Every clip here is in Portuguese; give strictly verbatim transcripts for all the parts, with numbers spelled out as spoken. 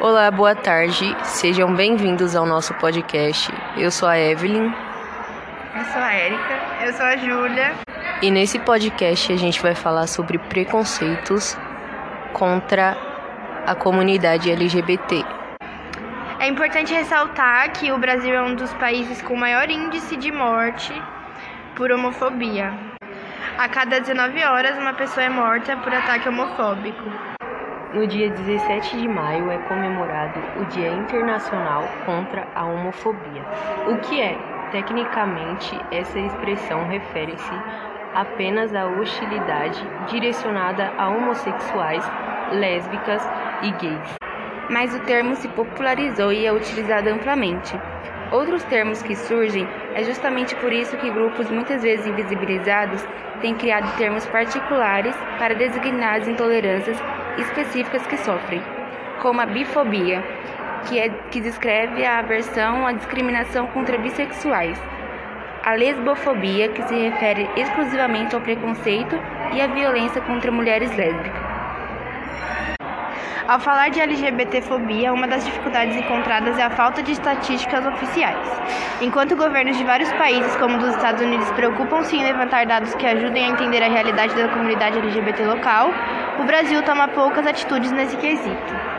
Olá, boa tarde, sejam bem-vindos ao nosso podcast. Eu sou a Evelyn. Eu sou a Érica. Eu sou a Júlia. E nesse podcast a gente vai falar sobre preconceitos contra a comunidade L G B T. É importante ressaltar que o Brasil é um dos países com maior índice de morte por homofobia. A cada dezenove horas, uma pessoa é morta por ataque homofóbico. No dia dezessete de maio é comemorado o Dia Internacional contra a Homofobia. O que é? Tecnicamente, essa expressão refere-se apenas à hostilidade direcionada a homossexuais, lésbicas e gays. Mas o termo se popularizou e é utilizado amplamente. Outros termos que surgem é justamente por isso que grupos muitas vezes invisibilizados têm criado termos particulares para designar as intolerâncias específicas que sofrem, como a bifobia, que, é, que descreve a aversão à discriminação contra bissexuais, a lesbofobia, que se refere exclusivamente ao preconceito e à violência contra mulheres lésbicas. Ao falar de LGBTfobia, uma das dificuldades encontradas é a falta de estatísticas oficiais. Enquanto governos de vários países, como dos Estados Unidos, preocupam-se em levantar dados que ajudem a entender a realidade da comunidade L G B T local, o Brasil toma poucas atitudes nesse quesito.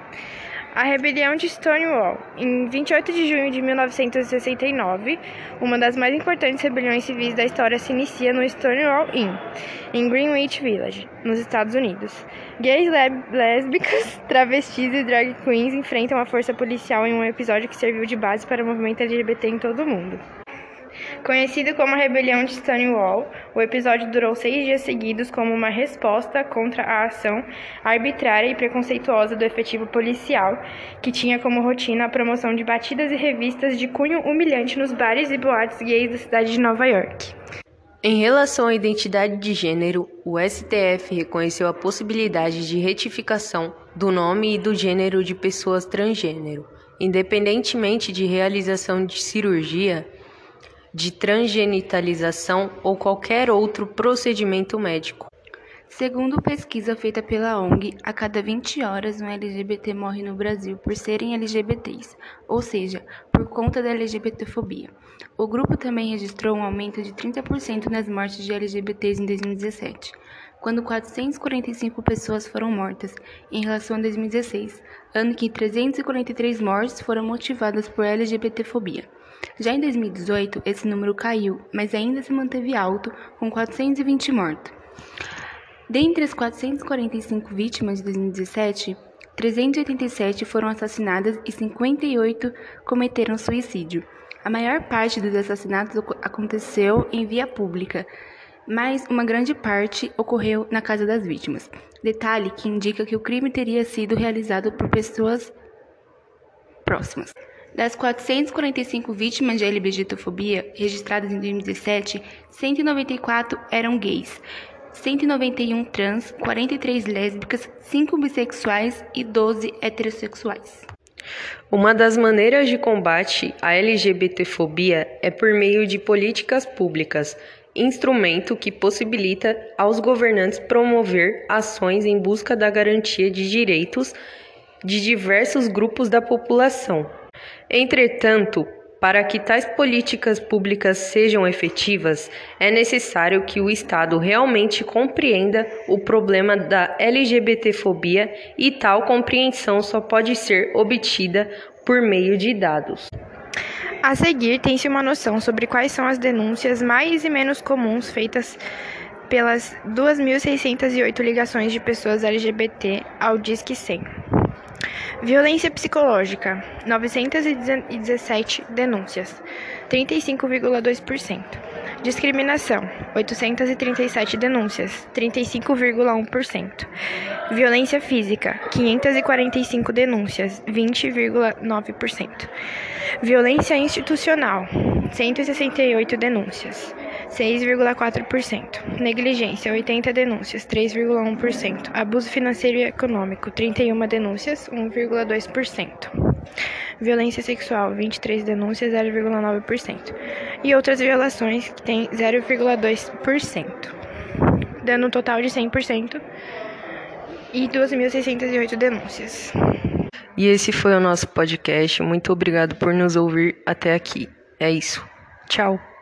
A rebelião de Stonewall. Em vinte e oito de junho de mil novecentos e sessenta e nove, uma das mais importantes rebeliões civis da história se inicia no Stonewall Inn, em Greenwich Village, nos Estados Unidos. Gays, lésbicas, travestis e drag queens enfrentam a força policial em um episódio que serviu de base para o movimento L G B T em todo o mundo. Conhecido como a Rebelião de Stonewall, o episódio durou seis dias seguidos como uma resposta contra a ação arbitrária e preconceituosa do efetivo policial, que tinha como rotina a promoção de batidas e revistas de cunho humilhante nos bares e boates gays da cidade de Nova York. Em relação à identidade de gênero, o S T F reconheceu a possibilidade de retificação do nome e do gênero de pessoas transgênero, independentemente de realização de cirurgia, de transgenitalização ou qualquer outro procedimento médico. Segundo pesquisa feita pela O N G, a cada vinte horas um L G B T morre no Brasil por serem L G B Ts, ou seja, por conta da LGBTfobia. O grupo também registrou um aumento de trinta por cento nas mortes de L G B Ts em dois mil e dezessete, quando quatrocentas e quarenta e cinco pessoas foram mortas, em relação a dois mil e dezesseis, ano que trezentas e quarenta e três mortes foram motivadas por LGBTfobia. Já em dois mil e dezoito, esse número caiu, mas ainda se manteve alto, com quatrocentos e vinte mortos. Dentre as quatrocentas e quarenta e cinco vítimas de dois mil e dezessete, trezentas e oitenta e sete foram assassinadas e cinquenta e oito cometeram suicídio. A maior parte dos assassinatos aconteceu em via pública, mas uma grande parte ocorreu na casa das vítimas. Detalhe que indica que o crime teria sido realizado por pessoas próximas. Das quatrocentas e quarenta e cinco vítimas de LGBTfobia registradas em dois mil e dezessete, cento e noventa e quatro eram gays, cento e noventa e um trans, quarenta e três lésbicas, cinco bissexuais e doze heterossexuais. Uma das maneiras de combate à LGBTfobia é por meio de políticas públicas, instrumento que possibilita aos governantes promover ações em busca da garantia de direitos de diversos grupos da população. Entretanto, para que tais políticas públicas sejam efetivas, é necessário que o Estado realmente compreenda o problema da LGBTfobia e tal compreensão só pode ser obtida por meio de dados. A seguir, tem-se uma noção sobre quais são as denúncias mais e menos comuns feitas pelas duas mil seiscentas e oito ligações de pessoas L G B T ao Disque cem. Violência psicológica, novecentas e dezessete denúncias, trinta e cinco vírgula dois por cento. Discriminação, oitocentas e trinta e sete denúncias, trinta e cinco vírgula um por cento. Violência física, quinhentas e quarenta e cinco denúncias, vinte vírgula nove por cento. Violência institucional, cento e sessenta e oito denúncias, seis vírgula quatro por cento. Negligência, oitenta denúncias, três vírgula um por cento. Abuso financeiro e econômico, trinta e uma denúncias, um vírgula dois por cento. Violência sexual, vinte e três denúncias, zero vírgula nove por cento. E outras violações, que tem zero vírgula dois por cento. Dando um total de cem por cento e duas mil seiscentas e oito denúncias. E esse foi o nosso podcast. Muito obrigado por nos ouvir até aqui. É isso. Tchau.